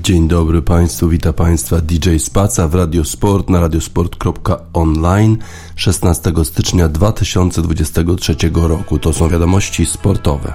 Dzień dobry Państwu, witam Państwa DJ Spaca w Radio Sport na radiosport.online 16 stycznia 2023 roku. To są wiadomości sportowe.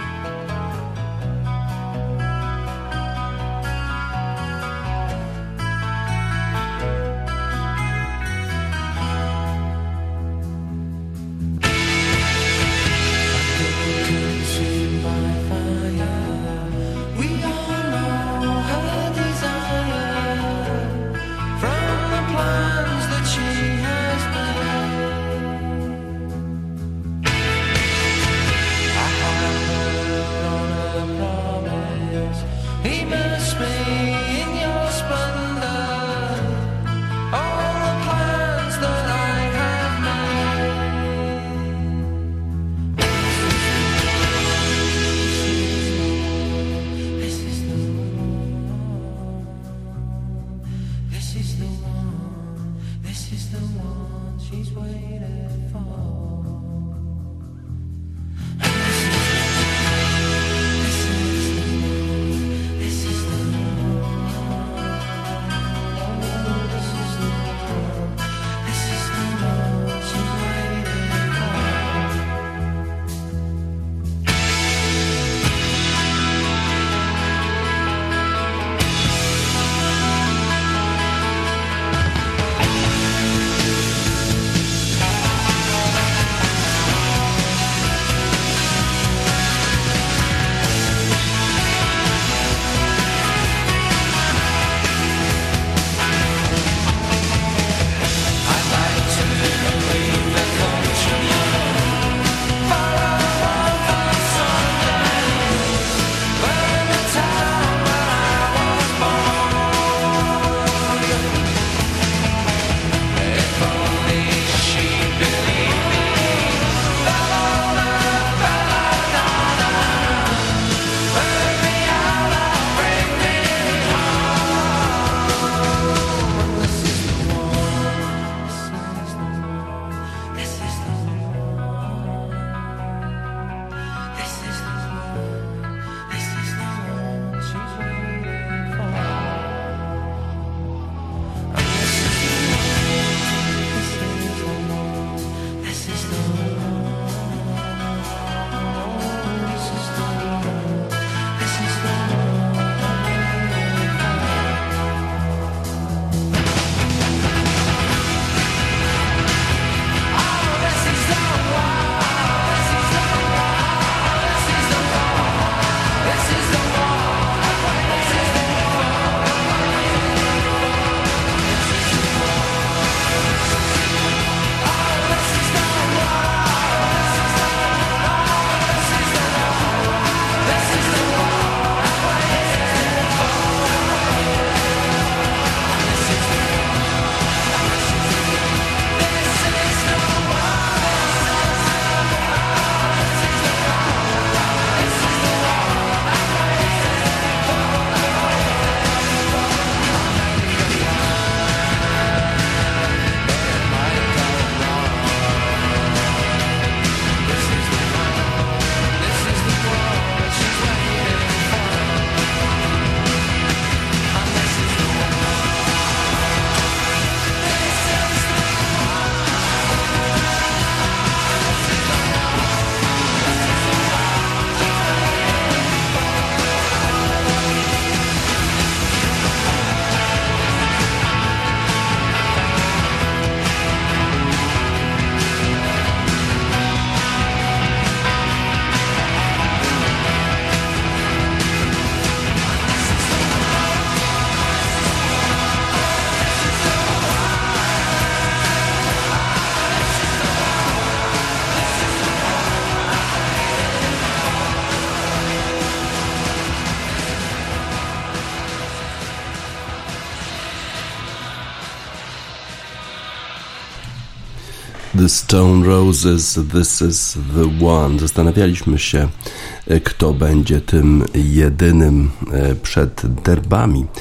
The Stone Roses, This is the One. Zastanawialiśmy się, kto będzie tym jedynym przed derbami.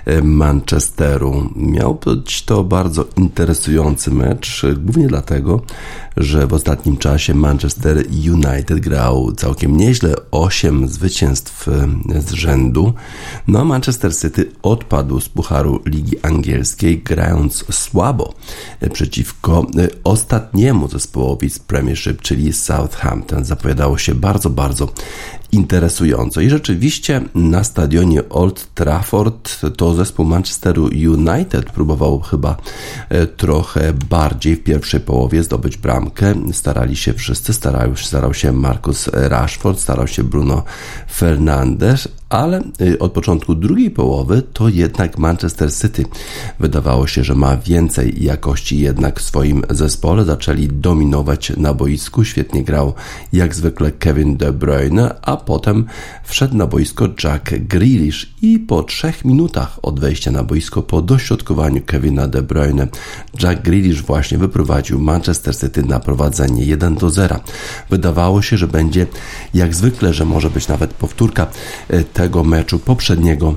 Manchesteru. Miał być to bardzo interesujący mecz, głównie dlatego, że w ostatnim czasie Manchester United grał całkiem nieźle, 8 zwycięstw z rzędu. No a Manchester City odpadł z Pucharu Ligi Angielskiej, grając słabo przeciwko ostatniemu zespołowi z Premiership, czyli Southampton. Zapowiadało się bardzo, bardzo interesująco. I rzeczywiście na stadionie Old Trafford to zespół Manchesteru United próbował chyba trochę bardziej w pierwszej połowie zdobyć bramkę. Starali się wszyscy, starał się Marcus Rashford, starał się Bruno Fernandes, ale od początku drugiej połowy to jednak Manchester City wydawało się, że ma więcej jakości jednak w swoim zespole. Zaczęli dominować na boisku. Świetnie grał jak zwykle Kevin De Bruyne, a potem wszedł na boisko Jack Grealish i po 3 minutach od wejścia na boisko, po dośrodkowaniu Kevina De Bruyne, Jack Grealish właśnie wyprowadził Manchester City na prowadzenie 1-0. Wydawało się, że będzie jak zwykle, że może być nawet powtórka tego meczu poprzedniego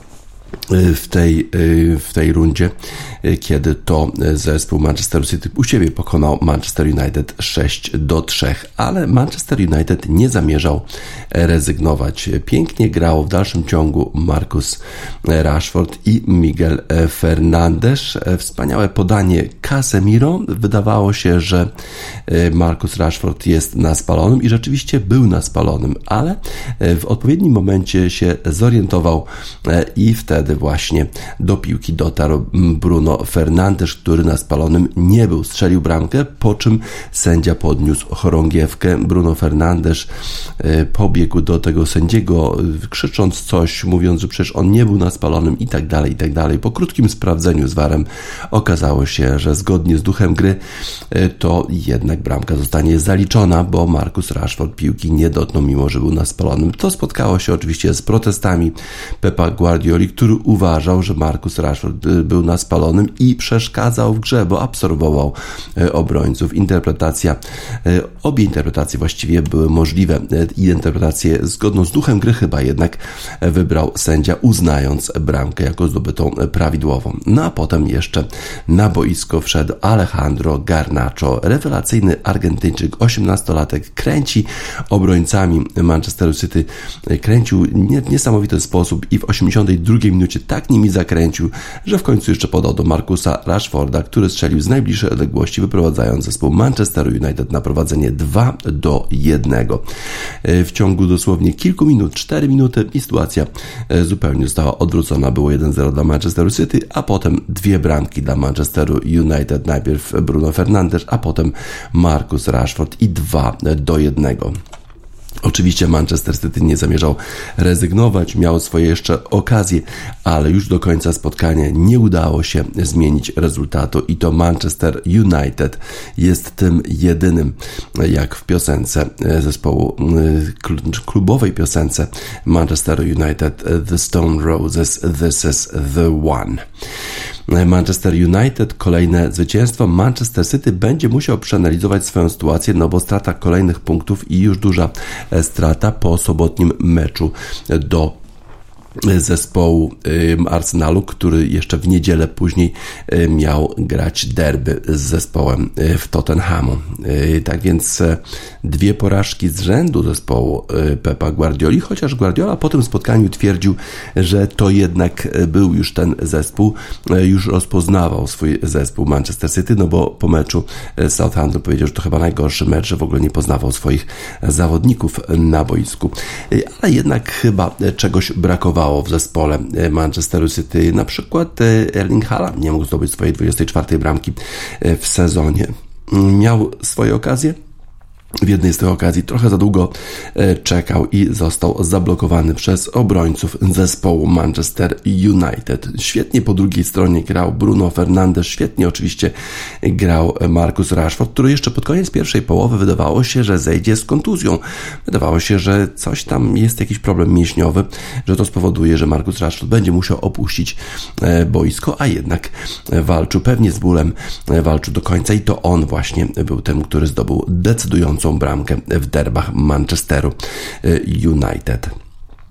w tej rundzie, kiedy to zespół Manchester City u siebie pokonał Manchester United 6-3, ale Manchester United nie zamierzał rezygnować. Pięknie grał w dalszym ciągu Marcus Rashford i Miguel Fernandes. Wspaniałe podanie Casemiro. Wydawało się, że Marcus Rashford jest na spalonym i rzeczywiście był na spalonym, ale w odpowiednim momencie się zorientował i wtedy właśnie do piłki dotarł Bruno Fernandes, który na spalonym nie był. Strzelił bramkę, po czym sędzia podniósł chorągiewkę. Bruno Fernandes pobiegł do tego sędziego, krzycząc coś, mówiąc, że przecież on nie był na spalonym i tak dalej, i tak dalej. Po krótkim sprawdzeniu z VAR-em okazało się, że zgodnie z duchem gry to jednak bramka zostanie zaliczona, bo Marcus Rashford piłki nie dotknął, mimo że był na spalonym. To spotkało się oczywiście z protestami Pepa Guardioli, który uważał, że Marcus Rashford był na spalonym i przeszkadzał w grze, bo absorbował obrońców. Obie interpretacje właściwie były możliwe. Interpretację zgodną z duchem gry chyba jednak wybrał sędzia, uznając bramkę jako zdobytą prawidłową. No a potem jeszcze na boisko wszedł Alejandro Garnacho, rewelacyjny Argentyńczyk, 18-latek, kręci obrońcami Manchesteru City, kręcił w niesamowity sposób i w 82 minucie tak nimi zakręcił, że w końcu jeszcze podał do Marcusa Rashforda, który strzelił z najbliższej odległości, wyprowadzając zespół Manchesteru United na prowadzenie 2-1. W ciągu dosłownie kilku minut, 4 minuty i sytuacja zupełnie została odwrócona. Było 1-0 dla Manchesteru City, a potem 2 bramki dla Manchesteru United. Najpierw Bruno Fernandes, a potem Marcus Rashford i 2-1. Oczywiście Manchester City nie zamierzał rezygnować, miał swoje jeszcze okazje, ale już do końca spotkania nie udało się zmienić rezultatu i to Manchester United jest tym jedynym, jak w piosence zespołu, klubowej piosence Manchester United, The Stone Roses, This is the One. Manchester United, kolejne zwycięstwo. Manchester City będzie musiał przeanalizować swoją sytuację, no bo strata kolejnych punktów i już duża strata po sobotnim meczu do zespołu Arsenalu, który jeszcze w niedzielę później miał grać derby z zespołem w Tottenhamu. Tak więc 2 porażki z rzędu zespołu Pepa Guardioli, chociaż Guardiola po tym spotkaniu twierdził, że to jednak był już ten zespół, już rozpoznawał swój zespół Manchester City, no bo po meczu Southampton powiedział, że to chyba najgorszy mecz, że w ogóle nie poznawał swoich zawodników na boisku. Ale jednak chyba czegoś brakowało w zespole Manchesteru City. Na przykład Erling Haaland nie mógł zdobyć swojej 24 bramki w sezonie. Miał swoje okazje. W jednej z tych okazji trochę za długo czekał i został zablokowany przez obrońców zespołu Manchester United. Świetnie po drugiej stronie grał Bruno Fernandes, świetnie oczywiście grał Marcus Rashford, który jeszcze pod koniec pierwszej połowy wydawało się, że zejdzie z kontuzją. Wydawało się, że coś tam jest, jakiś problem mięśniowy, że to spowoduje, że Marcus Rashford będzie musiał opuścić boisko, a jednak walczył pewnie z bólem, walczył do końca i to on właśnie był tym, który zdobył decydującą bramkę w derbach Manchesteru United.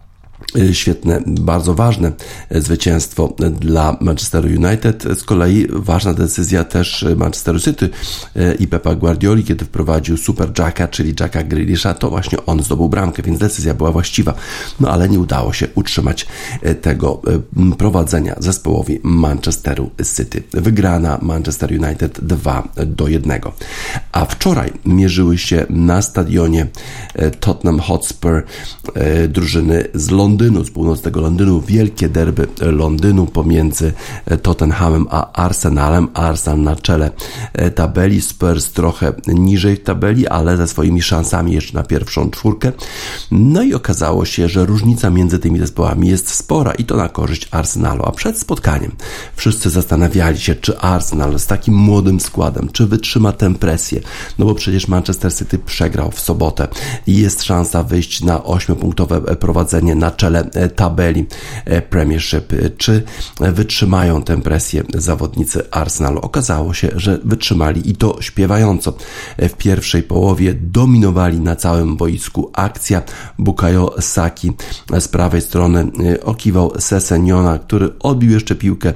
Świetne, bardzo ważne zwycięstwo dla Manchesteru United. Z kolei ważna decyzja też Manchesteru City i Pepa Guardioli, kiedy wprowadził Super Jacka, czyli Jacka Grealisha, to właśnie on zdobył bramkę, więc decyzja była właściwa. No ale nie udało się utrzymać tego prowadzenia zespołowi Manchesteru City. Wygrana Manchester United 2-1. A wczoraj mierzyły się na stadionie Tottenham Hotspur drużyny z Londynu, z północnego Londynu, wielkie derby Londynu pomiędzy Tottenhamem a Arsenalem. Arsenal na czele tabeli, Spurs trochę niżej w tabeli, ale ze swoimi szansami jeszcze na pierwszą czwórkę. No i okazało się, że różnica między tymi zespołami jest spora i to na korzyść Arsenalu. A przed spotkaniem wszyscy zastanawiali się, czy Arsenal z takim młodym składem, czy wytrzyma tę presję, no bo przecież Manchester City przegrał w sobotę i jest szansa wyjść na 8-punktowe prowadzenie na czele tabeli Premiership. Czy wytrzymają tę presję zawodnicy Arsenalu? Okazało się, że wytrzymali i to śpiewająco. W pierwszej połowie dominowali na całym boisku. Akcja Bukayo Saki z prawej strony okiwał Sessegniona, który odbił jeszcze piłkę.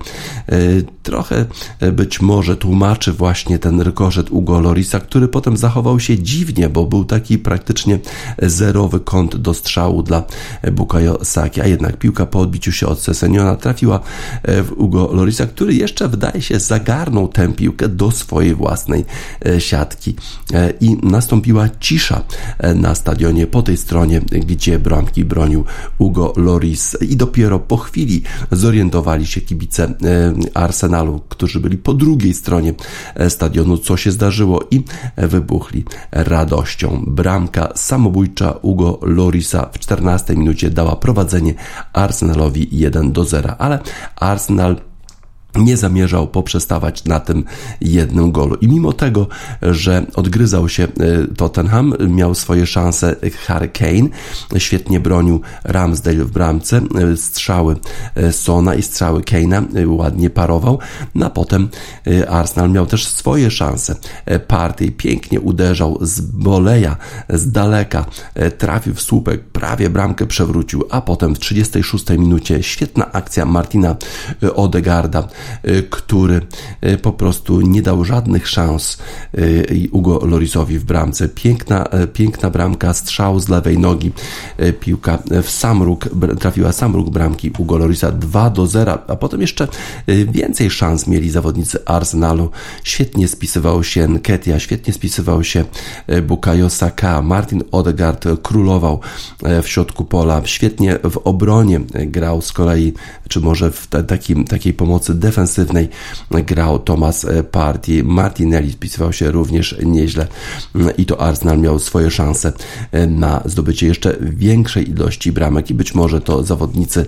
Trochę być może tłumaczy właśnie ten rykoszet Hugo Llorisa, który potem zachował się dziwnie, bo był taki praktycznie zerowy kąt do strzału dla Bukayo Saki, a jednak piłka po odbiciu się od Sessegniona trafiła w Hugo Llorisa, który jeszcze, wydaje się, zagarnął tę piłkę do swojej własnej siatki i nastąpiła cisza na stadionie po tej stronie, gdzie bramki bronił Hugo Lloris i dopiero po chwili zorientowali się kibice Arsenalu, którzy byli po drugiej stronie stadionu, co się zdarzyło i wybuchli radością. Bramka samobójcza Hugo Llorisa w 14 minucie dała prowadzenie Arsenalowi 1-0, ale Arsenal nie zamierzał poprzestawać na tym jednym golu. I mimo tego, że odgryzał się Tottenham, miał swoje szanse Harry Kane, świetnie bronił Ramsdale w bramce, strzały Sona i strzały Kane'a ładnie parował, no a potem Arsenal miał też swoje szanse. Partey pięknie uderzał z voleja, z daleka, trafił w słupek, prawie bramkę przewrócił, a potem w 36 minucie świetna akcja Martina Odegaarda, który po prostu nie dał żadnych szans Hugo Llorisowi w bramce. Piękna bramka, strzał z lewej nogi, piłka w sam róg, trafiła sam róg bramki Hugo Llorisa 2-0, a potem jeszcze więcej szans mieli zawodnicy Arsenalu. Świetnie spisywał się Nketiah, świetnie spisywał się Bukayo Saka, Martin Odegaard królował w środku pola, świetnie w obronie grał z kolei, czy może w takiej pomocy defensywnej grał Thomas Partey. Martinelli spisywał się również nieźle i to Arsenal miał swoje szanse na zdobycie jeszcze większej ilości bramek i być może to zawodnicy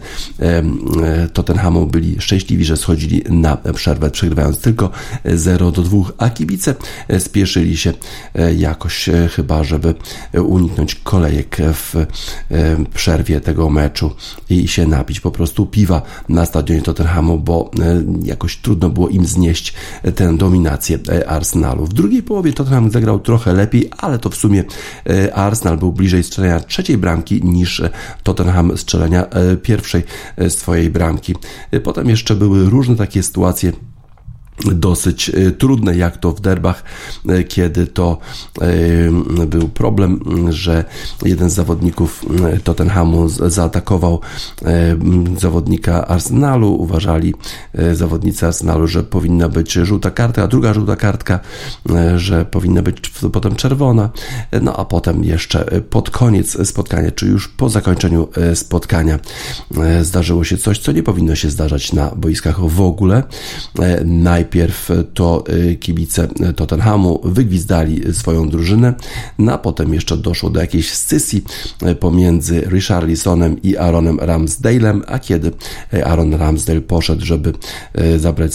Tottenhamu byli szczęśliwi, że schodzili na przerwę, przegrywając tylko 0-2, a kibice spieszyli się jakoś chyba, żeby uniknąć kolejek w przerwie tego meczu i się napić po prostu piwa na stadionie Tottenhamu, bo jakoś trudno było im znieść tę dominację Arsenalu. W drugiej połowie Tottenham zagrał trochę lepiej, ale to w sumie Arsenal był bliżej strzelenia trzeciej bramki niż Tottenham strzelenia pierwszej swojej bramki. Potem jeszcze były różne takie sytuacje dosyć trudne, jak to w derbach, kiedy to był problem, że jeden z zawodników Tottenhamu zaatakował zawodnika Arsenalu. Uważali zawodnicy Arsenalu, że powinna być żółta kartka, a druga żółta kartka, że powinna być potem czerwona. No a potem jeszcze pod koniec spotkania, czy już po zakończeniu spotkania zdarzyło się coś, co nie powinno się zdarzać na boiskach w ogóle. Najpierw to kibice Tottenhamu wygwizdali swoją drużynę, no a potem jeszcze doszło do jakiejś scysji pomiędzy Richarlisonem i Aaronem Ramsdale'em, a kiedy Aaron Ramsdale poszedł, żeby zabrać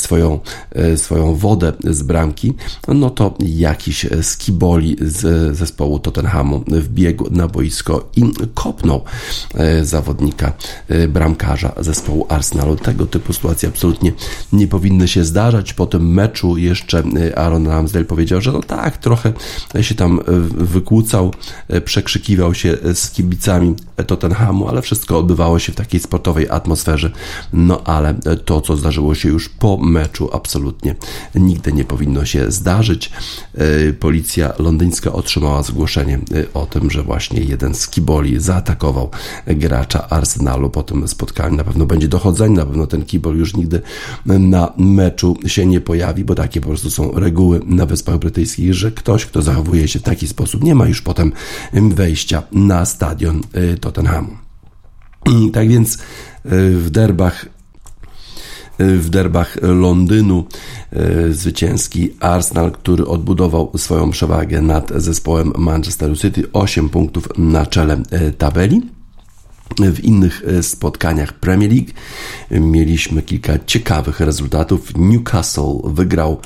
swoją wodę z bramki, no to jakiś z kiboli z zespołu Tottenhamu wbiegł na boisko i kopnął zawodnika, bramkarza zespołu Arsenalu. Tego typu sytuacje absolutnie nie powinny się zdarzać. po tym meczu jeszcze Aaron Ramsdale powiedział, że no tak, trochę się tam wykłócał, przekrzykiwał się z kibicami Tottenhamu, ale wszystko odbywało się w takiej sportowej atmosferze. No ale to, co zdarzyło się już po meczu, absolutnie nigdy nie powinno się zdarzyć. Policja londyńska otrzymała zgłoszenie o tym, że właśnie jeden z kiboli zaatakował gracza Arsenalu. Po tym spotkaniu na pewno będzie dochodzenie, na pewno ten kibol już nigdy na meczu się nie pojawi, bo takie po prostu są reguły na Wyspach Brytyjskich, że ktoś, kto zachowuje się w taki sposób, nie ma już potem wejścia na stadion Tottenhamu. Tak więc w derbach Londynu zwycięski Arsenal, który odbudował swoją przewagę nad zespołem Manchesteru City, 8 punktów na czele tabeli. W innych spotkaniach Premier League mieliśmy kilka ciekawych rezultatów. Newcastle wygrał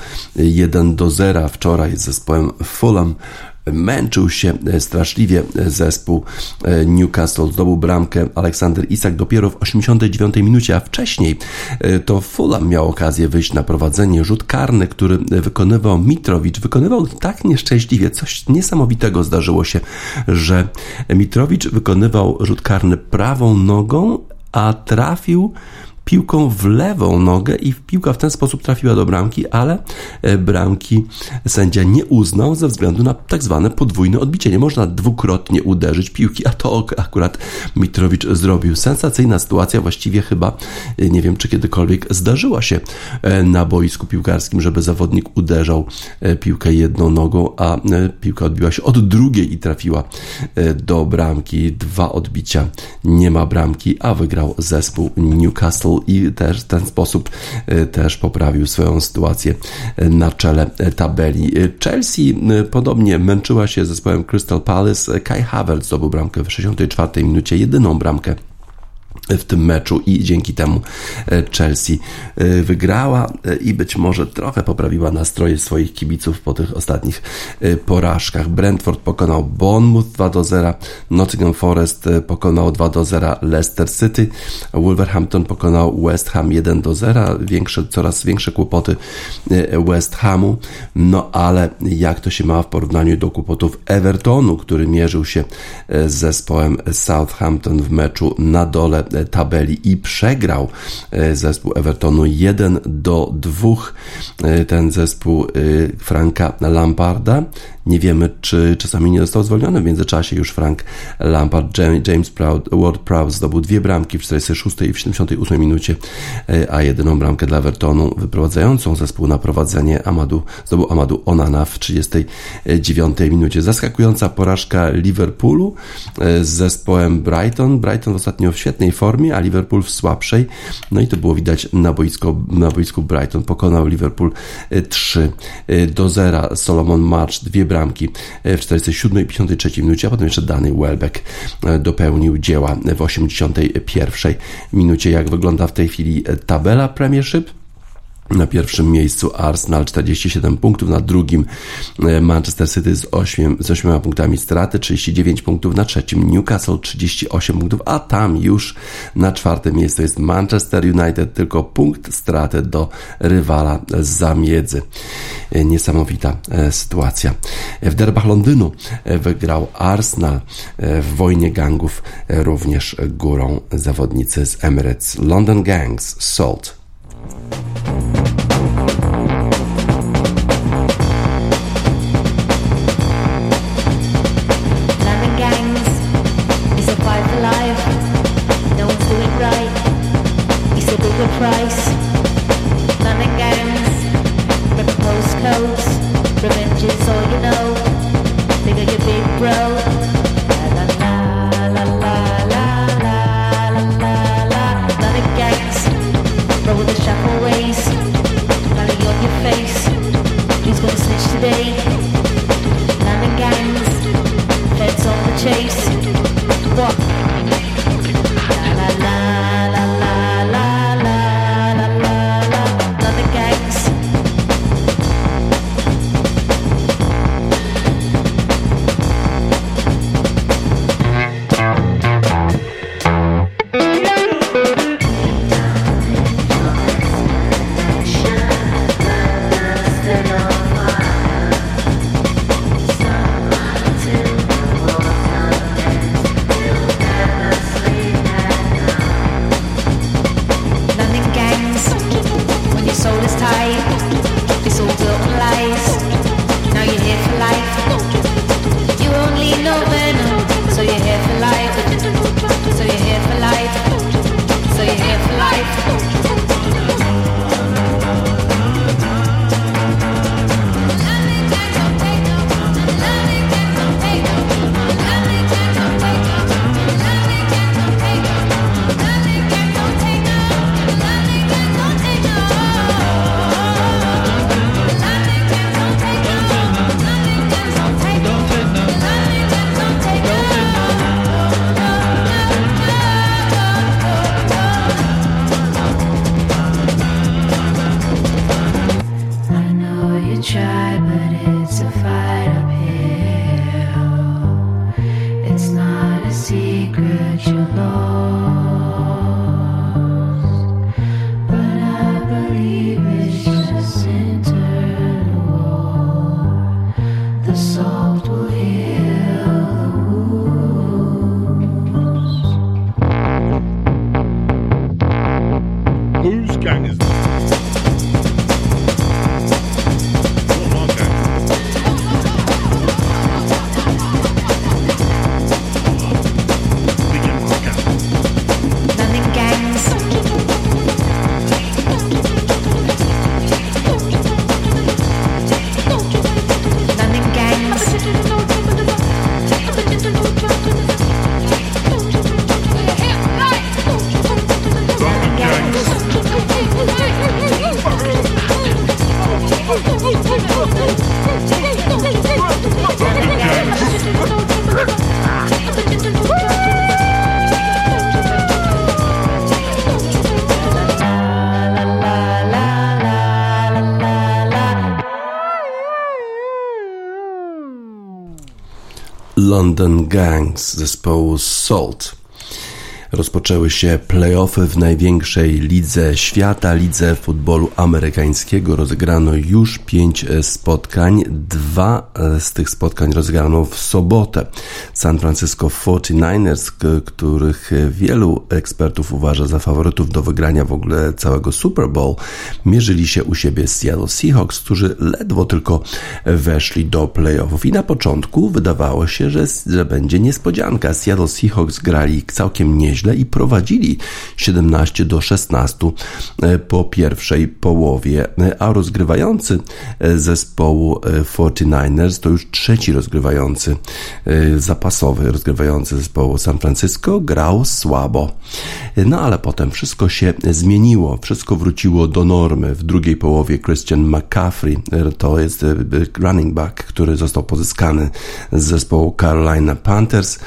1-0 wczoraj z zespołem Fulham. Męczył się straszliwie zespół Newcastle, zdobył bramkę Aleksander Isak dopiero w 89 minucie, a wcześniej to Fulham miał okazję wyjść na prowadzenie. Rzut karny, który wykonywał Mitrowicz, wykonywał tak nieszczęśliwie, coś niesamowitego zdarzyło się, że Mitrowicz wykonywał rzut karny prawą nogą, a trafił piłką w lewą nogę i piłka w ten sposób trafiła do bramki, ale bramki sędzia nie uznał ze względu na tak zwane podwójne odbicie. Nie można dwukrotnie uderzyć piłki, a to akurat Mitrowicz zrobił. Sensacyjna sytuacja, właściwie chyba nie wiem, czy kiedykolwiek zdarzyła się na boisku piłkarskim, żeby zawodnik uderzał piłkę jedną nogą, a piłka odbiła się od drugiej i trafiła do bramki. 2 odbicia, nie ma bramki, a wygrał zespół Newcastle i też w ten sposób też poprawił swoją sytuację na czele tabeli. Chelsea podobnie męczyła się z zespołem Crystal Palace. Kai Havertz zdobył bramkę w 64 minucie, jedyną bramkę w tym meczu i dzięki temu Chelsea wygrała i być może trochę poprawiła nastroje swoich kibiców po tych ostatnich porażkach. Brentford pokonał Bournemouth 2-0, Nottingham Forest pokonał 2-0 Leicester City, Wolverhampton pokonał West Ham 1-0, coraz większe kłopoty West Hamu, no ale jak to się ma w porównaniu do kłopotów Evertonu, który mierzył się z zespołem Southampton w meczu na dole tabeli i przegrał zespół Evertonu 1-2. Ten zespół Franka Lamparda. Nie wiemy, czy czasami nie został zwolniony. W międzyczasie już Frank Lampard, James Ward-Prowse zdobył 2 bramki w 46 i w 78 minucie, a jedyną bramkę dla Evertonu wyprowadzającą zespół na prowadzenie zdobył Amadou Onana w 39 minucie. Zaskakująca porażka Liverpoolu z zespołem Brighton. Brighton ostatnio w świetnej formie, a Liverpool w słabszej. No i to było widać na boisku Brighton. Pokonał Liverpool 3-0. Solomon March 2 bramki w 47 i 53 minucie, a potem jeszcze Danny Welbeck dopełnił dzieła w 81 minucie. Jak wygląda w tej chwili tabela Premiership? Na pierwszym miejscu Arsenal 47 punktów, na drugim Manchester City z 8 punktami straty, 39 punktów, na trzecim Newcastle 38 punktów, a tam już na 4. miejscu jest Manchester United, tylko punkt straty do rywala zza miedzy. Niesamowita sytuacja. W derbach Londynu wygrał Arsenal, w wojnie gangów również górą zawodnicy z Emirates. London Gangs, Salt. try, but it's a fight uphill. It's not a secret you're lost, but I believe it's just internal war. The salt will heal the wounds. Whose gang is this? London Gangs zespołu Salt. Rozpoczęły się play-offy w największej lidze świata, lidze futbolu amerykańskiego. Rozegrano już 5 spotkań. 2 z tych spotkań rozegrano w sobotę. San Francisco 49ers, których wielu ekspertów uważa za faworytów do wygrania w ogóle całego Super Bowl, mierzyli się u siebie z Seattle Seahawks, którzy ledwo tylko weszli do play-offów. I na początku wydawało się, że będzie niespodzianka. Seattle Seahawks grali całkiem nieźle i prowadzili 17-16 po pierwszej połowie, a rozgrywający zespołu 49ers to już trzeci rozgrywający zapasowy, rozgrywający zespołu San Francisco, grał słabo. No ale potem wszystko się zmieniło, wszystko wróciło do normy. W drugiej połowie Christian McCaffrey, to jest running back, który został pozyskany z zespołu Carolina Panthers.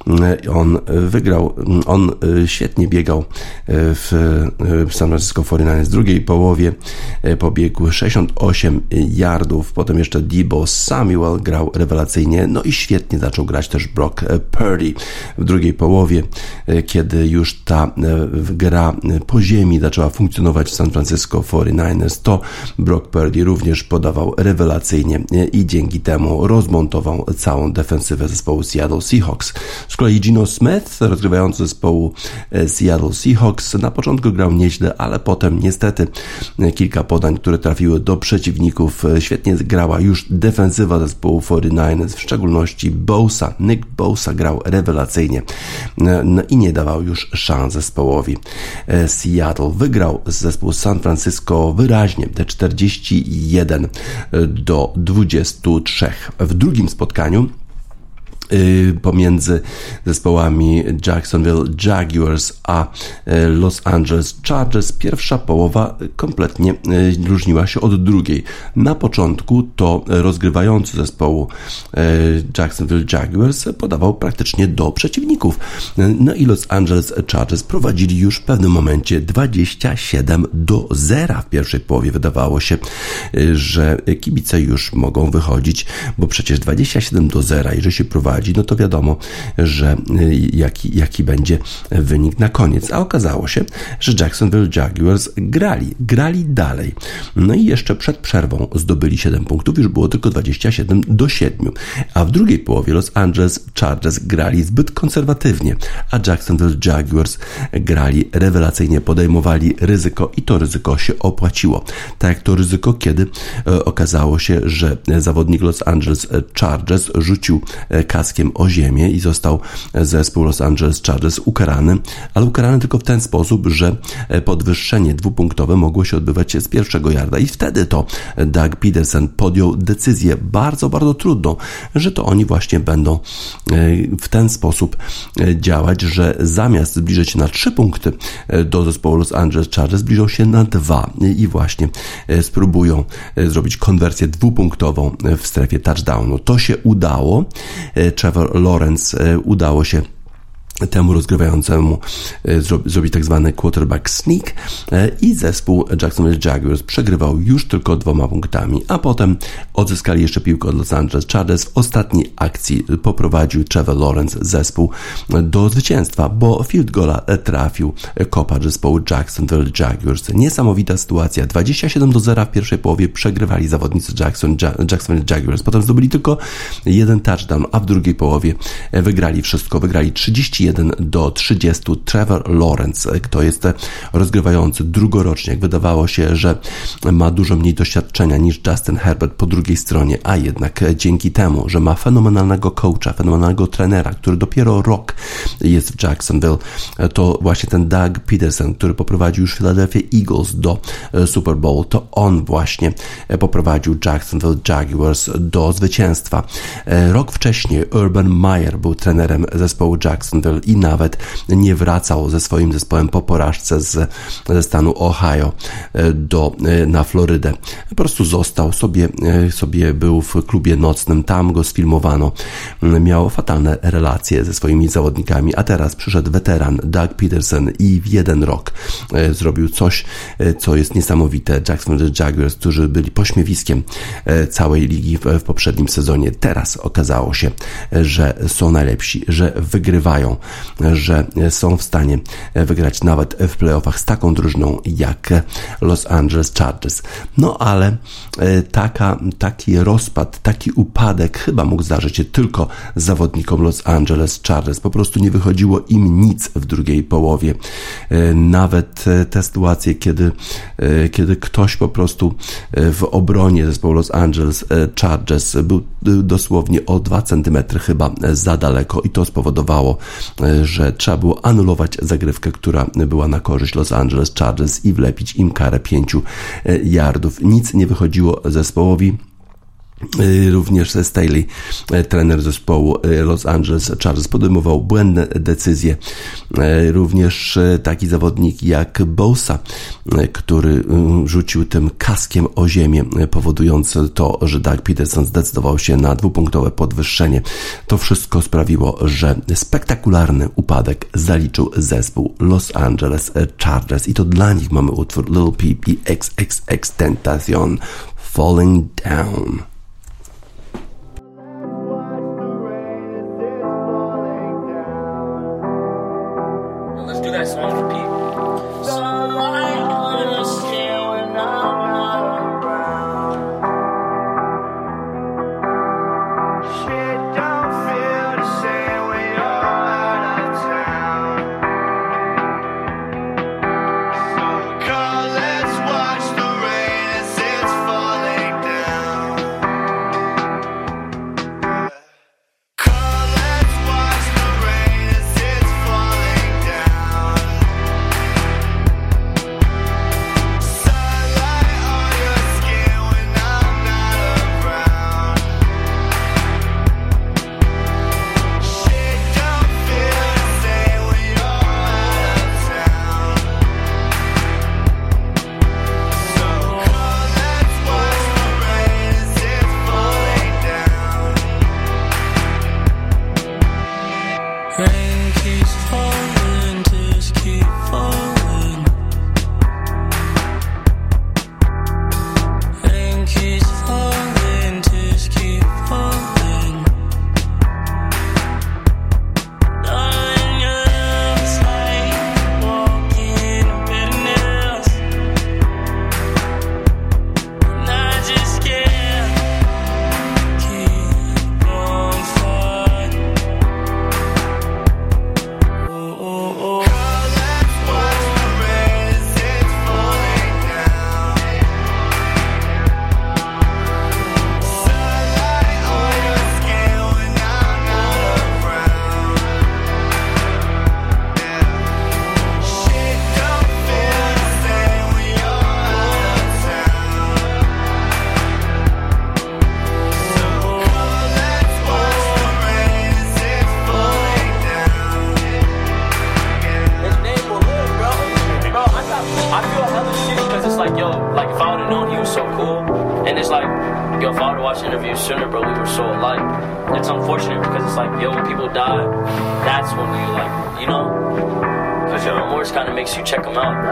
On świetnie biegał w San Francisco 49ers. W drugiej połowie pobiegł 68 yardów, potem jeszcze Deebo Samuel grał rewelacyjnie, no i świetnie zaczął grać też Brock Purdy. W drugiej połowie, kiedy już ta gra po ziemi zaczęła funkcjonować w San Francisco 49ers, to Brock Purdy również podawał rewelacyjnie i dzięki temu rozmontował całą defensywę zespołu Seattle Seahawks. Z kolei Geno Smith, rozgrywający zespołu Seattle Seahawks, na początku grał nieźle, ale potem niestety kilka podań, które trafiły do przeciwników. Świetnie grała już defensywa zespołu 49ers, w szczególności Bosa. Nick Bosa grał rewelacyjnie i nie dawał już szans zespołowi Seattle. Wygrał zespół San Francisco wyraźnie, te 41-23. W drugim spotkaniu pomiędzy zespołami Jacksonville Jaguars a Los Angeles Chargers pierwsza połowa kompletnie różniła się od drugiej. Na początku to rozgrywający zespołu Jacksonville Jaguars podawał praktycznie do przeciwników. No i Los Angeles Chargers prowadzili już w pewnym momencie 27-0 w pierwszej połowie. Wydawało się, że kibice już mogą wychodzić, bo przecież 27-0, jeżeli się prowadzi, no to wiadomo, że jaki będzie wynik na koniec. A okazało się, że Jacksonville Jaguars grali dalej. No i jeszcze przed przerwą zdobyli 7 punktów, już było tylko 27-7. A w drugiej połowie Los Angeles Chargers grali zbyt konserwatywnie, a Jacksonville Jaguars grali rewelacyjnie, podejmowali ryzyko i to ryzyko się opłaciło. Tak jak to ryzyko, kiedy okazało się, że zawodnik Los Angeles Chargers rzucił kaskiem o ziemię i został zespół Los Angeles Chargers ukarany, ale ukarany tylko w ten sposób, że podwyższenie dwupunktowe mogło się odbywać z pierwszego yarda i wtedy to Doug Peterson podjął decyzję bardzo, bardzo trudną, że to oni właśnie będą w ten sposób działać, że zamiast zbliżyć się na 3 punkty do zespołu Los Angeles Chargers, zbliżą się na 2 i właśnie spróbują zrobić konwersję dwupunktową w strefie touchdownu. To się udało. Trevor Lawrence udało się temu rozgrywającemu zrobić tak zwany quarterback sneak i zespół Jacksonville Jaguars przegrywał już tylko 2 punktami, a potem odzyskali jeszcze piłkę od Los Angeles Chargers. W ostatniej akcji poprowadził Trevor Lawrence zespół do zwycięstwa, bo field goala trafił kopacz zespołu Jacksonville Jaguars. Niesamowita sytuacja. 27-0 w pierwszej połowie przegrywali zawodnicy Jacksonville Jaguars. Potem zdobyli tylko 1 touchdown, a w drugiej połowie wygrali wszystko. Wygrali 31-30. Trevor Lawrence, kto jest rozgrywający drugorocznik, wydawało się, że ma dużo mniej doświadczenia niż Justin Herbert po drugiej stronie, a jednak dzięki temu, że ma fenomenalnego coacha, fenomenalnego trenera, który dopiero rok jest w Jacksonville, to właśnie ten Doug Peterson, który poprowadził już Philadelphia Eagles do Super Bowl, to on właśnie poprowadził Jacksonville Jaguars do zwycięstwa. Rok wcześniej Urban Meyer był trenerem zespołu Jacksonville i nawet nie wracał ze swoim zespołem po porażce ze stanu Ohio na Florydę. Po prostu został sobie był w klubie nocnym, tam go sfilmowano. Miał fatalne relacje ze swoimi zawodnikami, a teraz przyszedł weteran Doug Peterson i w 1 rok zrobił coś, co jest niesamowite. Jacksonville Jaguars, którzy byli pośmiewiskiem całej ligi w poprzednim sezonie, teraz okazało się, że są najlepsi, że wygrywają, że są w stanie wygrać nawet w playoffach z taką drużyną jak Los Angeles Chargers. No ale taki rozpad, taki upadek chyba mógł zdarzyć się tylko zawodnikom Los Angeles Chargers. Po prostu nie wychodziło im nic w drugiej połowie. Nawet te sytuacje, kiedy ktoś po prostu w obronie zespołu Los Angeles Chargers był dosłownie o 2 cm chyba za daleko i to spowodowało, że trzeba było anulować zagrywkę, która była na korzyść Los Angeles Chargers i wlepić im karę 5 yardów. Nic nie wychodziło zespołowi. Również Staley, trener zespołu Los Angeles Chargers, podejmował błędne decyzje. Również taki zawodnik jak Bosa, który rzucił tym kaskiem o ziemię, powodując to, że Doug Peterson zdecydował się na 2-punktowe podwyższenie. To wszystko sprawiło, że spektakularny upadek zaliczył zespół Los Angeles Chargers i to dla nich mamy utwór Lil Peep i XXXTentacion Falling Down. Let's do that song for Pete. Someone understand when I'm not around. Shit don't feel the same when you're out of town. So come, let's watch the rain as it's falling down. like if I would have known he was so cool, and it's like, yo, if I would have watched interviews sooner, bro, we were so alike. It's unfortunate because it's like, yo, when people die, that's when you like, you know, because your remorse kind of makes you check them out.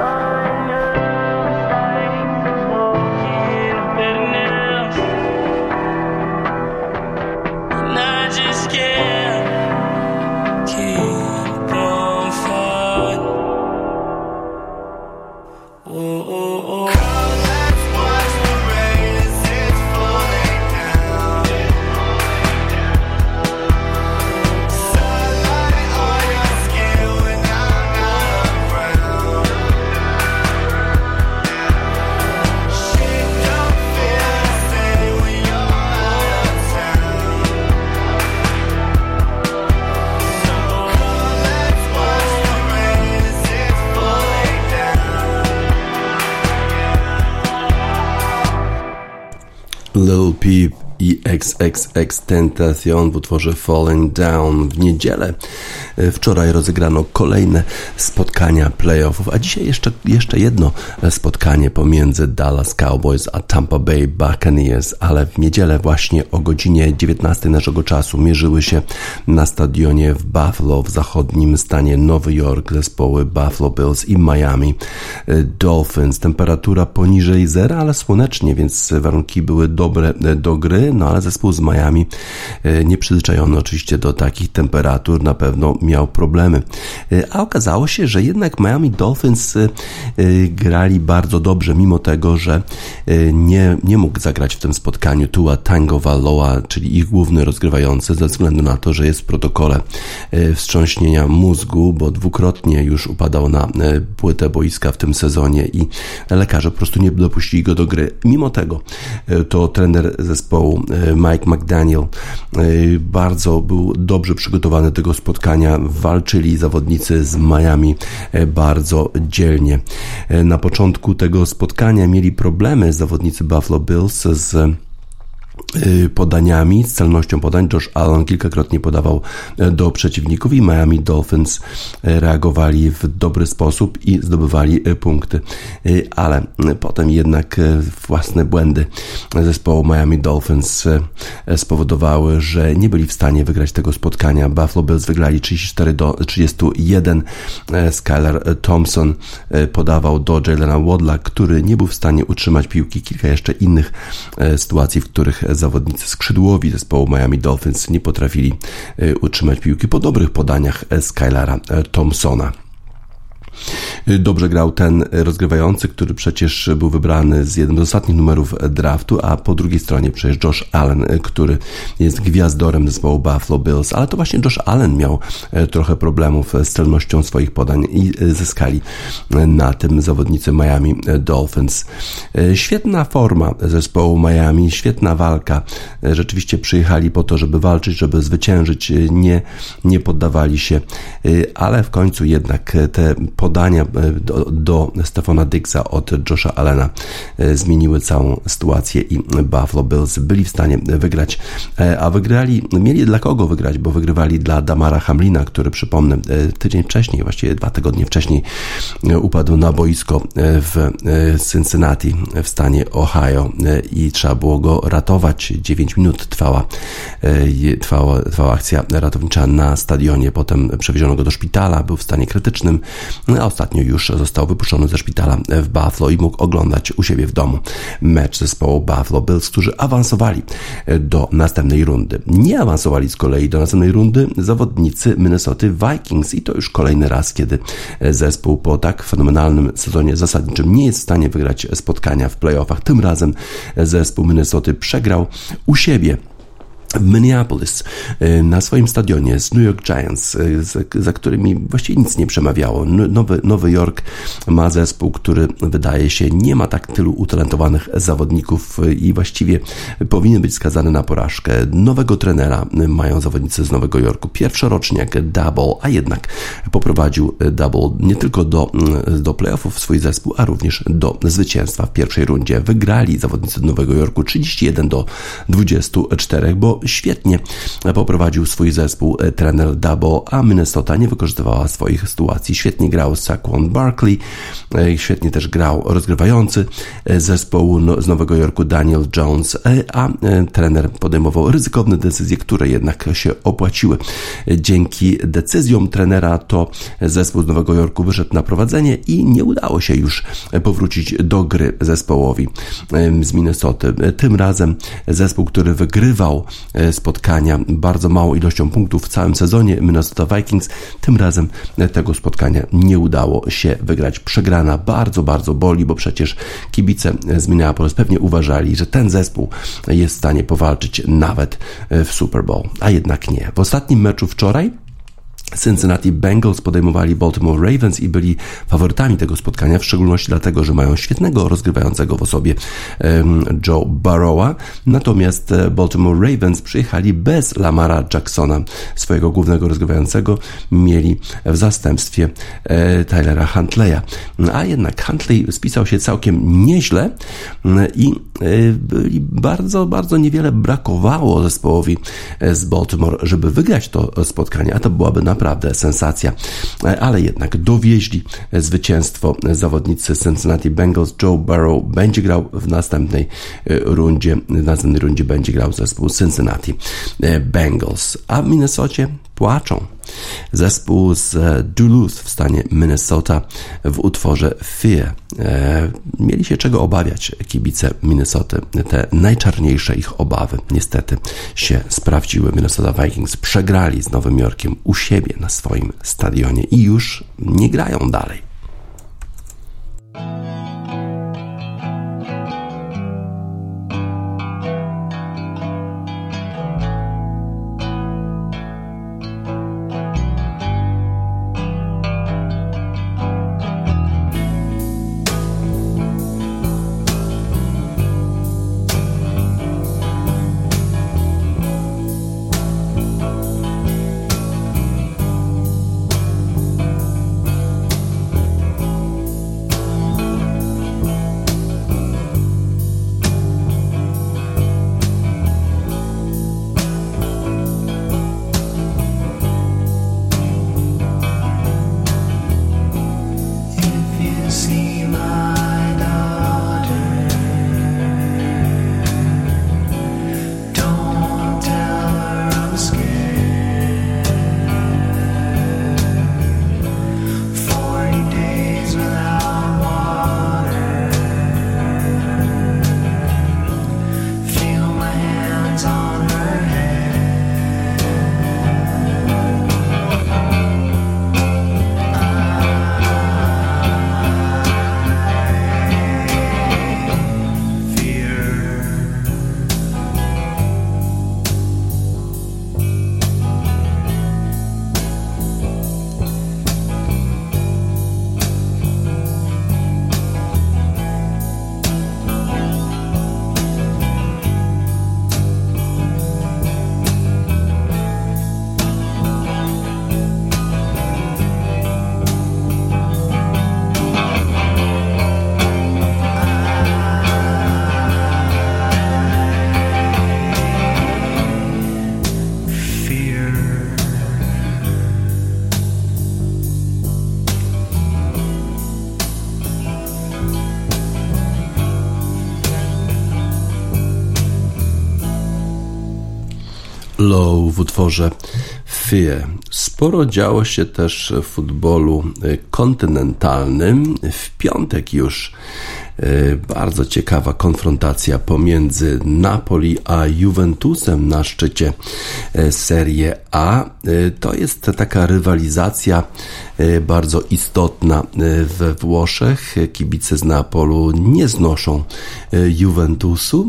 Lil Peep i XXXTentacion w utworze Falling Down. W niedzielę wczoraj rozegrano kolejne spotkania playoffów, a dzisiaj jeszcze jedno spotkanie pomiędzy Dallas Cowboys a Tampa Bay Buccaneers, ale w niedzielę właśnie o godzinie 19 naszego czasu mierzyły się na stadionie w Buffalo w zachodnim stanie Nowy Jork zespoły Buffalo Bills i Miami Dolphins. Temperatura poniżej zera, ale słonecznie, więc warunki były dobre do gry, no ale zespół z Miami, nieprzyzwyczajony oczywiście do takich temperatur, na pewno miał problemy. A okazało się, że jednak Miami Dolphins grali bardzo dobrze, mimo tego, że nie mógł zagrać w tym spotkaniu Tua Tagovailoa, czyli ich główny rozgrywający, ze względu na to, że jest w protokole wstrząśnienia mózgu, bo dwukrotnie już upadał na płytę boiska w tym sezonie i lekarze po prostu nie dopuścili go do gry. Mimo tego to trener zespołu Mike McDaniel bardzo był dobrze przygotowany do tego spotkania. Walczyli zawodnicy z Miami bardzo dzielnie. Na początku tego spotkania mieli problemy zawodnicy Buffalo Bills z podaniami, z celnością podań. Josh Allen kilkakrotnie podawał do przeciwników i Miami Dolphins reagowali w dobry sposób i zdobywali punkty. Ale potem jednak własne błędy zespołu Miami Dolphins spowodowały, że nie byli w stanie wygrać tego spotkania. Buffalo Bills wygrali 34-31. Skylar Thompson podawał do Jalena Waddla, który nie był w stanie utrzymać piłki. Kilka jeszcze innych sytuacji, w których zawodnicy skrzydłowi zespołu Miami Dolphins nie potrafili utrzymać piłki po dobrych podaniach Skylara Thompsona. Dobrze grał ten rozgrywający, który przecież był wybrany z jednym z ostatnich numerów draftu, a po drugiej stronie przecież Josh Allen, który jest gwiazdorem zespołu Buffalo Bills, ale to właśnie Josh Allen miał trochę problemów z celnością swoich podań i zyskali na tym zawodnicy Miami Dolphins. Świetna forma zespołu Miami, świetna walka. Rzeczywiście przyjechali po to, żeby walczyć, żeby zwyciężyć, nie poddawali się, ale w końcu jednak te podania do Stephona Diggsa od Josha Allena zmieniły całą sytuację i Buffalo Bills byli w stanie wygrać, a mieli dla kogo wygrać, bo wygrywali dla Damara Hamlina, który, przypomnę, tydzień wcześniej, właściwie 2 tygodnie wcześniej upadł na boisko w Cincinnati w stanie Ohio i trzeba było go ratować. 9 minut trwała akcja ratownicza na stadionie, potem przewieziono go do szpitala, był w stanie krytycznym, a ostatnio już został wypuszczony ze szpitala w Buffalo i mógł oglądać u siebie w domu mecz zespołu Buffalo Bills, którzy awansowali do następnej rundy. Nie awansowali z kolei do następnej rundy zawodnicy Minnesota Vikings i to już kolejny raz, kiedy zespół po tak fenomenalnym sezonie zasadniczym nie jest w stanie wygrać spotkania w playoffach. Tym razem zespół Minnesota przegrał u siebie w Minneapolis na swoim stadionie z New York Giants, za którymi właściwie nic nie przemawiało. Nowy Jork ma zespół, który wydaje się nie ma tak tylu utalentowanych zawodników i właściwie powinien być skazany na porażkę. Nowego trenera mają zawodnicy z Nowego Jorku. Pierwszoroczniak Double, a jednak poprowadził Double nie tylko do playoffów swój zespół, a również do zwycięstwa w pierwszej rundzie. Wygrali zawodnicy Nowego Jorku 31-24, bo świetnie poprowadził swój zespół trener Dabo, a Minnesota nie wykorzystywała swoich sytuacji. Świetnie grał Saquon Barkley, świetnie też grał rozgrywający zespołu z Nowego Jorku Daniel Jones, a trener podejmował ryzykowne decyzje, które jednak się opłaciły. Dzięki decyzjom trenera to zespół z Nowego Jorku wyszedł na prowadzenie i nie udało się już powrócić do gry zespołowi z Minnesoty. Tym razem zespół, który wygrywał spotkania bardzo małą ilością punktów w całym sezonie, Minnesota Vikings, tym razem tego spotkania nie udało się wygrać. Przegrana bardzo, bardzo boli, bo przecież kibice z Minneapolis pewnie uważali, że ten zespół jest w stanie powalczyć nawet w Super Bowl, a jednak nie. W ostatnim meczu wczoraj Cincinnati Bengals podejmowali Baltimore Ravens i byli faworytami tego spotkania, w szczególności dlatego, że mają świetnego rozgrywającego w osobie Joe Burrowa. Natomiast Baltimore Ravens przyjechali bez Lamara Jacksona, swojego głównego rozgrywającego. Mieli w zastępstwie Tylera Huntleya. A jednak Huntley spisał się całkiem nieźle i bardzo, bardzo niewiele brakowało zespołowi z Baltimore, żeby wygrać to spotkanie, a to byłaby naprawdę sensacja, ale jednak dowieźli zwycięstwo zawodnicy Cincinnati Bengals. Joe Burrow będzie grał w następnej rundzie będzie grał zespół Cincinnati Bengals, a w Minnesocie płaczą. Zespół z Duluth w stanie Minnesota w utworze Fear. Mieli się czego obawiać kibice Minnesoty. Te najczarniejsze ich obawy niestety się sprawdziły. Minnesota Vikings przegrali z Nowym Jorkiem u siebie na swoim stadionie i już nie grają dalej. Low w utworze Fear. Sporo działo się też w futbolu kontynentalnym. W piątek już bardzo ciekawa konfrontacja pomiędzy Napoli a Juventusem na szczycie Serie A. To jest taka rywalizacja bardzo istotna we Włoszech. Kibice z Neapolu nie znoszą Juventusu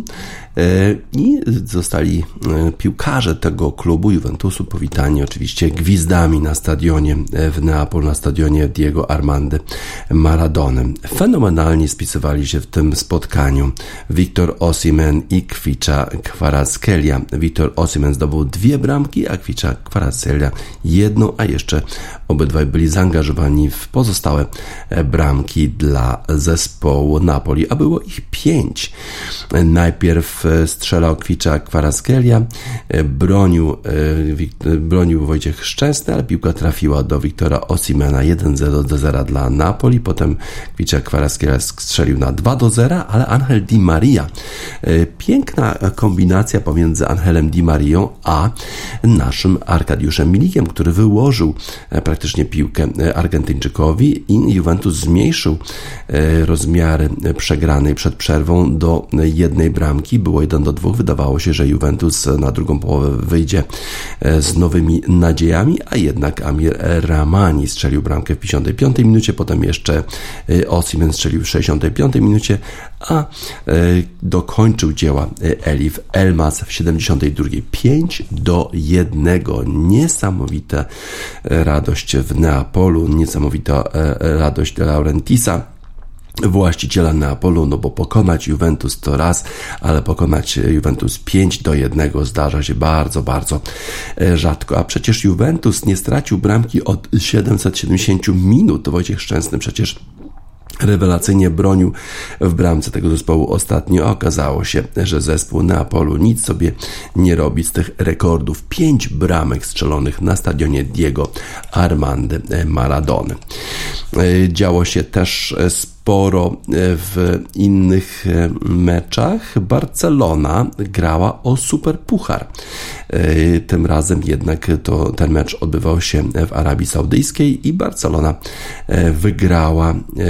i zostali piłkarze tego klubu Juventusu powitani oczywiście gwizdami na stadionie w Neapolu, na stadionie Diego Armando Maradony. Fenomenalnie spisywali się w tym spotkaniu Victor Osimhen i Kvicha Kvaratskhelia. Victor Osimhen zdobył 2 bramki, a Kvicha Kvaratskhelia 1, a jeszcze obydwaj byli zaangażowani w pozostałe bramki dla zespołu Napoli, a było ich 5. Najpierw strzelał Kvicha Kvaratskhelia, bronił Wojciech Szczęsny, ale piłka trafiła do Wiktora Osimena. 1-0 dla Napoli, potem Kvicha Kvaratskhelia strzelił na 2-0, ale Angel Di Maria. Piękna kombinacja pomiędzy Angelem Di Marią a naszym Arkadiuszem Milikiem, który wyłożył praktycznie piłkę Argentyńczykowi i Juventus zmniejszył rozmiary przegranej przed przerwą do 1 bramki. Było 1-2. Wydawało się, że Juventus na drugą połowę wyjdzie z nowymi nadziejami, a jednak Amir Rahmani strzelił bramkę w 55 minucie, potem jeszcze Osimhen strzelił w 65 minucie, a dokończył dzieła Elif Elmas w 72. 5-1. Niesamowita radość w Neapolu, niesamowita radość De Laurentisa, właściciela Neapolu, no bo pokonać Juventus to raz, ale pokonać Juventus 5-1 zdarza się bardzo, bardzo rzadko, a przecież Juventus nie stracił bramki od 770 minut. Wojciech Szczęsny przecież rewelacyjnie bronił w bramce tego zespołu ostatnio. Okazało się, że zespół Neapolu nic sobie nie robi z tych rekordów. 5 bramek strzelonych na stadionie Diego Armando Maradony. Działo się też sporo w innych meczach. Barcelona grała o Superpuchar. Tym razem jednak ten mecz odbywał się w Arabii Saudyjskiej i Barcelona wygrała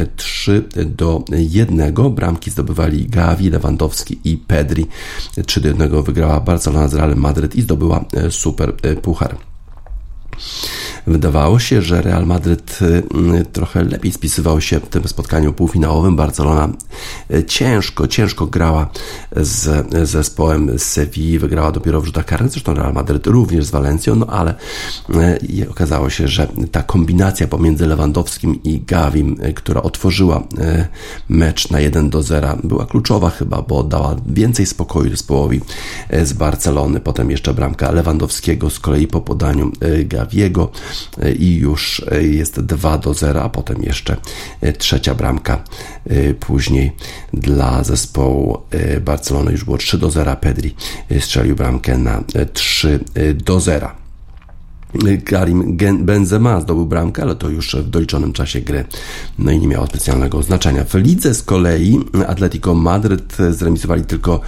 3-1. Bramki zdobywali Gavi, Lewandowski i Pedri. 3-1 wygrała Barcelona z Realem Madryt i zdobyła Superpuchar. Wydawało się, że Real Madryt trochę lepiej spisywał się w tym spotkaniu półfinałowym. Barcelona ciężko grała z zespołem z Sewilli, wygrała dopiero w rzutach karnych, zresztą Real Madryt również z Walencją, no ale okazało się, że ta kombinacja pomiędzy Lewandowskim i Gavim, która otworzyła mecz na 1-0, była kluczowa chyba, bo dała więcej spokoju zespołowi z Barcelony. Potem jeszcze bramka Lewandowskiego z kolei po podaniu Gaviego i już jest 2-0, a potem jeszcze trzecia bramka później dla zespołu Barcelony. Już było 3-0, Pedri strzelił bramkę na 3-0. Karim Benzema zdobył bramkę, ale to już w doliczonym czasie gry, no i nie miało specjalnego znaczenia. W lidze z kolei Atletico Madryt zremisowali tylko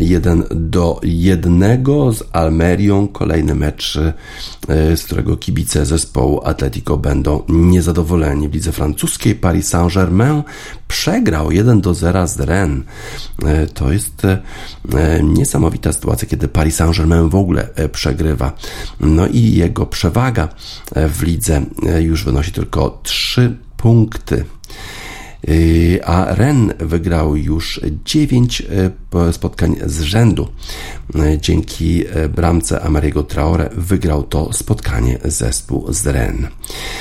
1-1 z Almerią. Kolejny mecz, z którego kibice zespołu Atletico będą niezadowoleni. W lidze francuskiej Paris Saint-Germain przegrał 1-0 z Rennes. To jest niesamowita sytuacja, kiedy Paris Saint-Germain w ogóle przegrywa. No i jego przewaga w lidze już wynosi tylko 3 punkty. A Rennes wygrał już 9 spotkań z rzędu. Dzięki bramce Amariego Traore wygrał to spotkanie zespół z Rennes.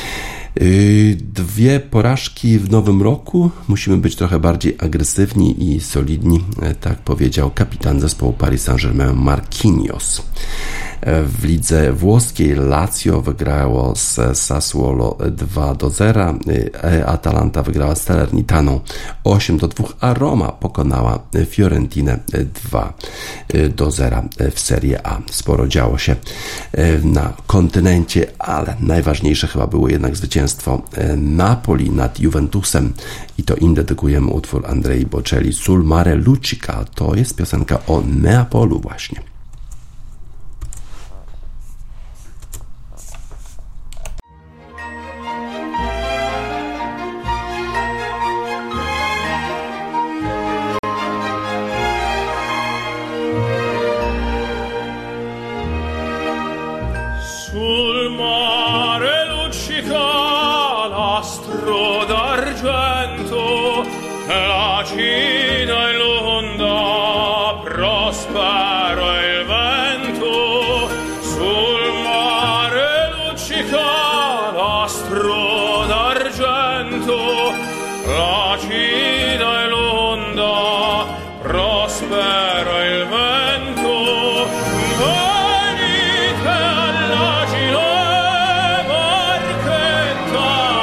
2 porażki w nowym roku. Musimy być trochę bardziej agresywni i solidni, tak powiedział kapitan zespołu Paris Saint-Germain Marquinhos. W lidze włoskiej Lazio wygrało z Sassuolo 2-0, Atalanta wygrała z Salernitaną 8-2, a Roma pokonała Fiorentinę 2-0 w Serie A. Sporo działo się na kontynencie, ale najważniejsze chyba było jednak zwycięstwo Napoli nad Juventusem i to im dedykujemy utwór Andrei Bocelli Sul Mare Luccica. To jest piosenka o Neapolu właśnie. Sul mare luccica l'astro d'argento, la cina in l'onda, prospero il vento. Sul mare luccica l'astro d'argento, la cina in l'onda, prospero il vento. Venite alla Gilemarchetta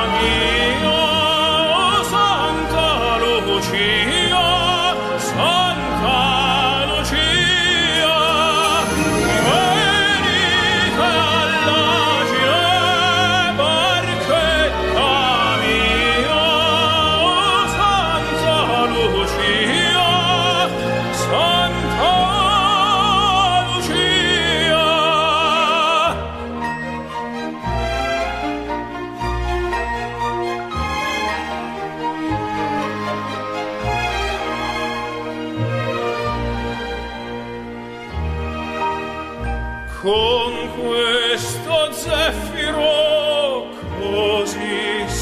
con questo zeffiro così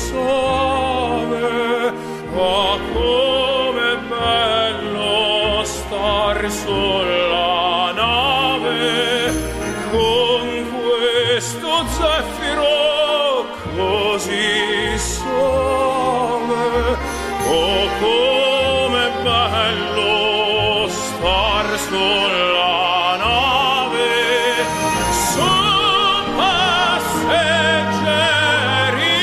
soave, oh come bello star sulla nave, con questo zeffiro così soave, oh come bello star sulla nave, su passeggeri,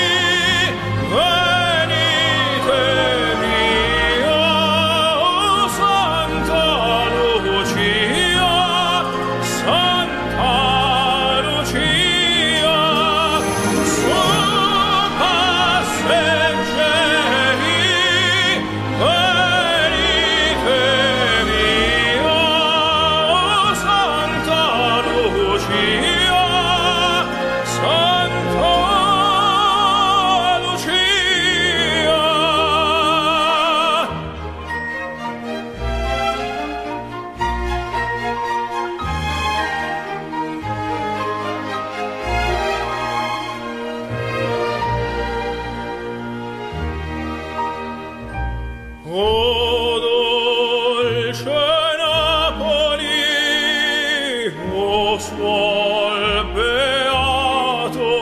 venite via, oh Santa Lucia, Santa Lucia, su passeggeri, venite via, oh Santa Lucia, Santa Lucia. O dolce Napoli, o suol beato,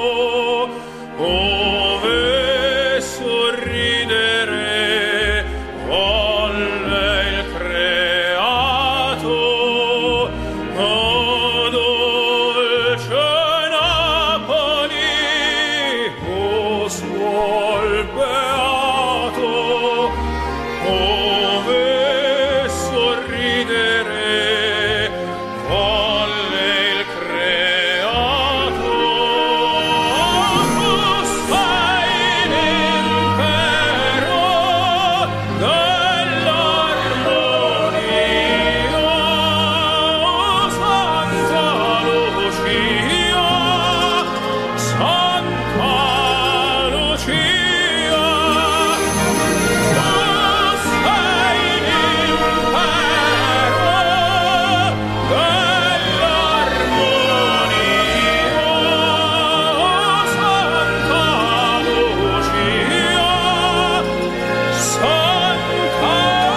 ove sorridere volle il creato. O dolce Napoli, o suol beato, ove sorridere volle il creato. Tu sei l'impero dell'armonia, oh Santa Lucia, Santa Lucia. Sei l'impero dell'armonia, oh Santa Lucia, Santa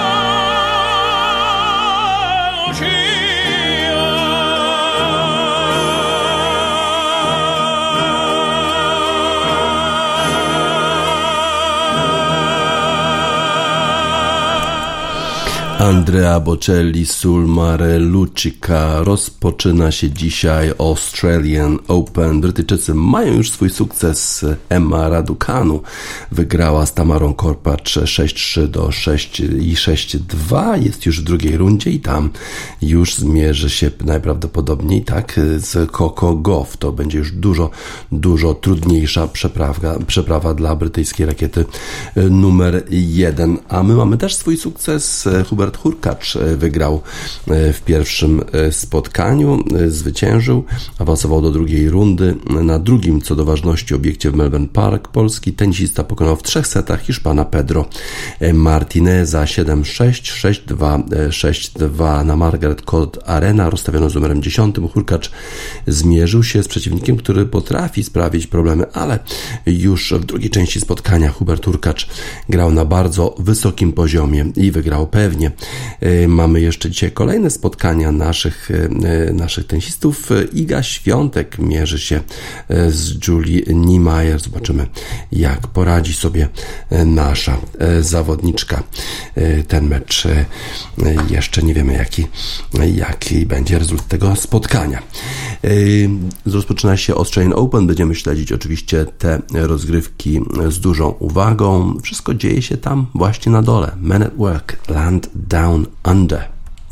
Andrea Bocelli sul Mare Lucica. Rozpoczyna się dzisiaj Australian Open. Brytyjczycy mają już swój sukces. Emma Raducanu wygrała z Tamarą Korpacz 6-3 do 6 i 6-2. Jest już w drugiej rundzie i tam już zmierzy się najprawdopodobniej z Coco Gauff. To będzie już dużo trudniejsza przeprawa dla brytyjskiej rakiety numer 1. A my mamy też swój sukces. Hubert Hurkacz wygrał w pierwszym spotkaniu, zwyciężył, awansował do drugiej rundy. Na drugim co do ważności obiekcie w Melbourne Park polski tenisista pokonał w 3 setach Hiszpana Pedro Martineza 7-6, 6-2, 6-2 na Margaret Court Arena, rozstawiono z numerem 10. Hurkacz zmierzył się z przeciwnikiem, który potrafi sprawić problemy, ale już w drugiej części spotkania Hubert Hurkacz grał na bardzo wysokim poziomie i wygrał pewnie. Mamy jeszcze dzisiaj kolejne spotkania naszych tenisistów. Iga Świątek mierzy się z Julie Niemeyer. Zobaczymy, jak poradzi sobie nasza zawodniczka. Ten mecz jeszcze nie wiemy, jaki będzie rezultat tego spotkania. Rozpoczyna się Australian Open. Będziemy śledzić oczywiście te rozgrywki z dużą uwagą. Wszystko dzieje się tam właśnie na dole. Men at Work, Land Down Under.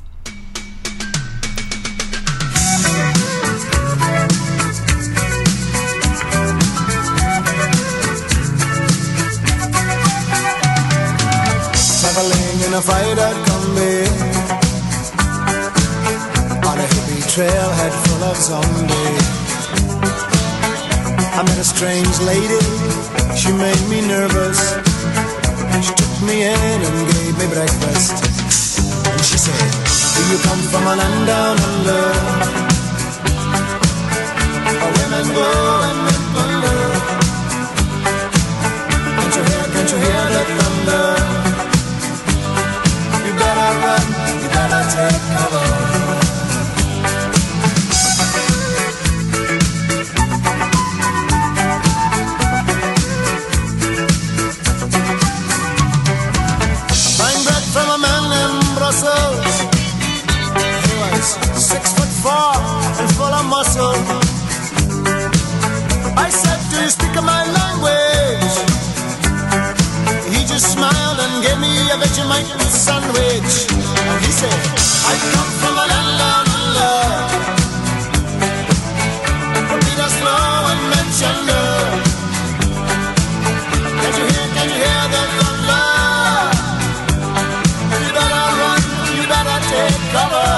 Traveling in a fighter combi on a hippie trailhead full of zombies. I met a strange lady, she made me nervous. She took me in and gave me breakfast. And she said, do you come from a land down under? blowing in my love. Can't you hear the thunder? You better run, you better take cover. Buying bread from a man in Brussels. He was 6'4" and full of muscle. I said, do you speak my language? He just smiled and gave me a Vegemite sandwich. And he said, I come from a land down under. From Peter's Flow and Manchester. Can you hear the thunder? You better run, you better take cover.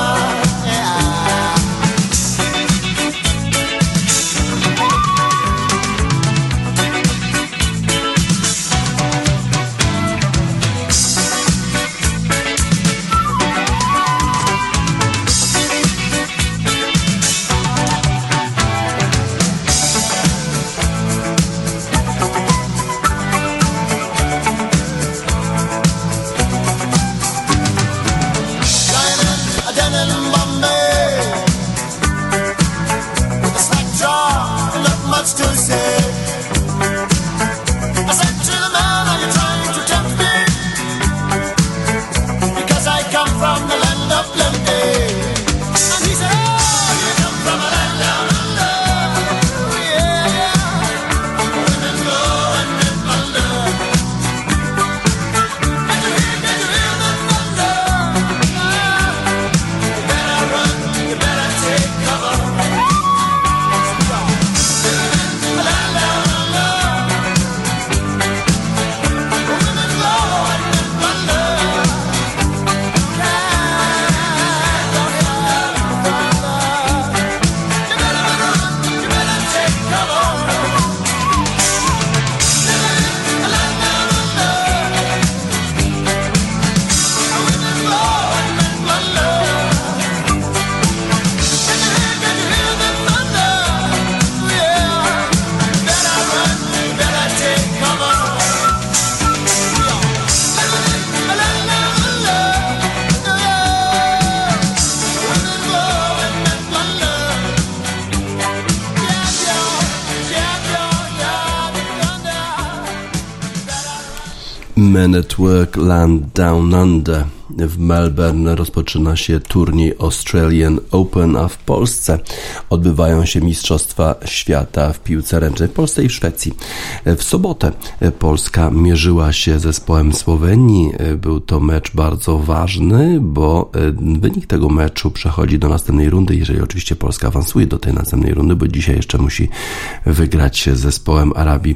Men at Work Land Down Under. W Melbourne rozpoczyna się turniej Australian Open, a w Polsce odbywają się Mistrzostwa Świata w piłce ręcznej w Polsce i w Szwecji. W sobotę Polska mierzyła się z zespołem Słowenii. Był to mecz bardzo ważny, bo wynik tego meczu przechodzi do następnej rundy, jeżeli oczywiście Polska awansuje do tej następnej rundy, bo dzisiaj jeszcze musi wygrać się z zespołem Arabii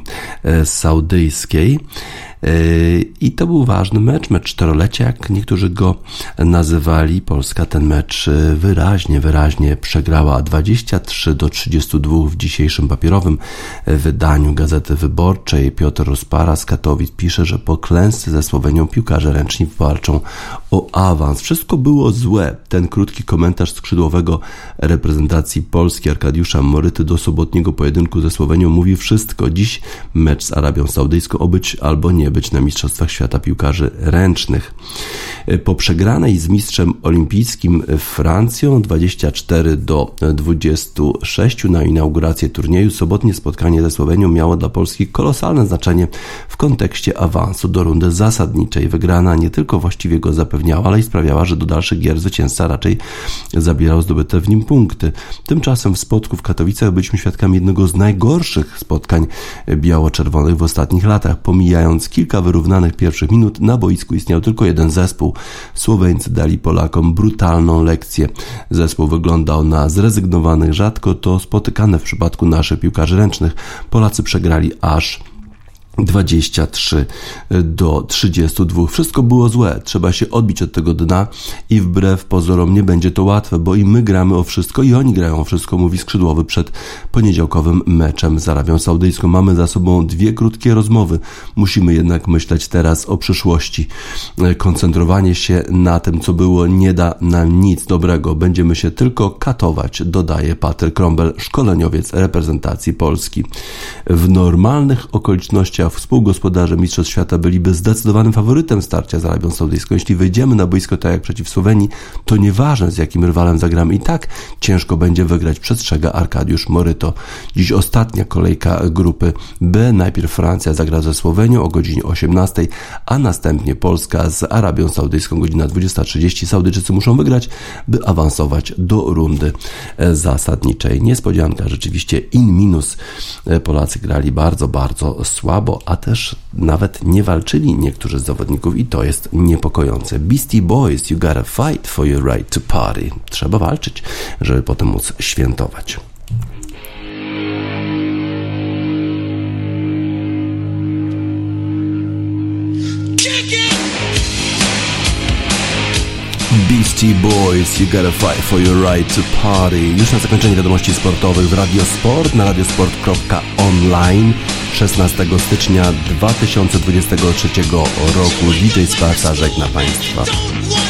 Saudyjskiej. I to był ważny mecz czterolecia, jak niektórzy go nazywali. Polska ten mecz wyraźnie przegrała 23-32 w dzisiejszym papierowym wydaniu Gazety Wyborczej. Piotr Rozpara z Katowic pisze, że po klęsce ze Słowenią piłkarze ręczni walczą o awans. Wszystko było złe. Ten krótki komentarz skrzydłowego reprezentacji Polski Arkadiusza Moryty do sobotniego pojedynku ze Słowenią mówi wszystko. Dziś mecz z Arabią Saudyjską obyć albo nie być na Mistrzostwach Świata Piłkarzy Ręcznych. Po przegranej z mistrzem olimpijskim Francją 24-26 na inaugurację turnieju, sobotnie spotkanie ze Słowenią miało dla Polski kolosalne znaczenie w kontekście awansu do rundy zasadniczej. Wygrana nie tylko właściwie go zapewniała, ale i sprawiała, że do dalszych gier zwycięzca raczej zabierał zdobyte w nim punkty. Tymczasem w Spodku w Katowicach byliśmy świadkami jednego z najgorszych spotkań biało-czerwonych w ostatnich latach. Pomijając kilka wyrównanych pierwszych minut, na boisku istniał tylko jeden zespół. Słoweńcy dali Polakom brutalną lekcję. Zespół wyglądał na zrezygnowanych, rzadko to spotykane w przypadku naszych piłkarzy ręcznych. Polacy przegrali aż 23-32. Wszystko było złe. Trzeba się odbić od tego dna i wbrew pozorom nie będzie to łatwe, bo i my gramy o wszystko i oni grają o wszystko, mówi skrzydłowy przed poniedziałkowym meczem z Arabią Saudyjską. Mamy za sobą 2 krótkie rozmowy. Musimy jednak myśleć teraz o przyszłości. Koncentrowanie się na tym, co było, nie da nam nic dobrego. Będziemy się tylko katować, dodaje Patryk Krąbel, szkoleniowiec reprezentacji Polski. W normalnych okolicznościach współgospodarze Mistrzostw Świata byliby zdecydowanym faworytem starcia z Arabią Saudyjską. Jeśli wejdziemy na boisko tak jak przeciw Słowenii, to nieważne z jakim rywalem zagramy, i tak ciężko będzie wygrać, przestrzega Arkadiusz Moryto. Dziś ostatnia kolejka grupy B. Najpierw Francja zagra ze Słowenią o godzinie 18, a następnie Polska z Arabią Saudyjską, godzina 20:30. Saudyjczycy muszą wygrać, by awansować do rundy zasadniczej. Niespodzianka, rzeczywiście in minus. Polacy grali bardzo, bardzo słabo, a też nawet nie walczyli niektórzy z zawodników i to jest niepokojące. Beastie Boys, you gotta fight for your right to party. Trzeba walczyć, żeby potem móc świętować. Beastie Boys, you gotta fight for your right to party. Już na zakończenie wiadomości sportowych w Radiosport na radiosport.online 16 stycznia 2023 roku. DJ Sparta żegna Państwa.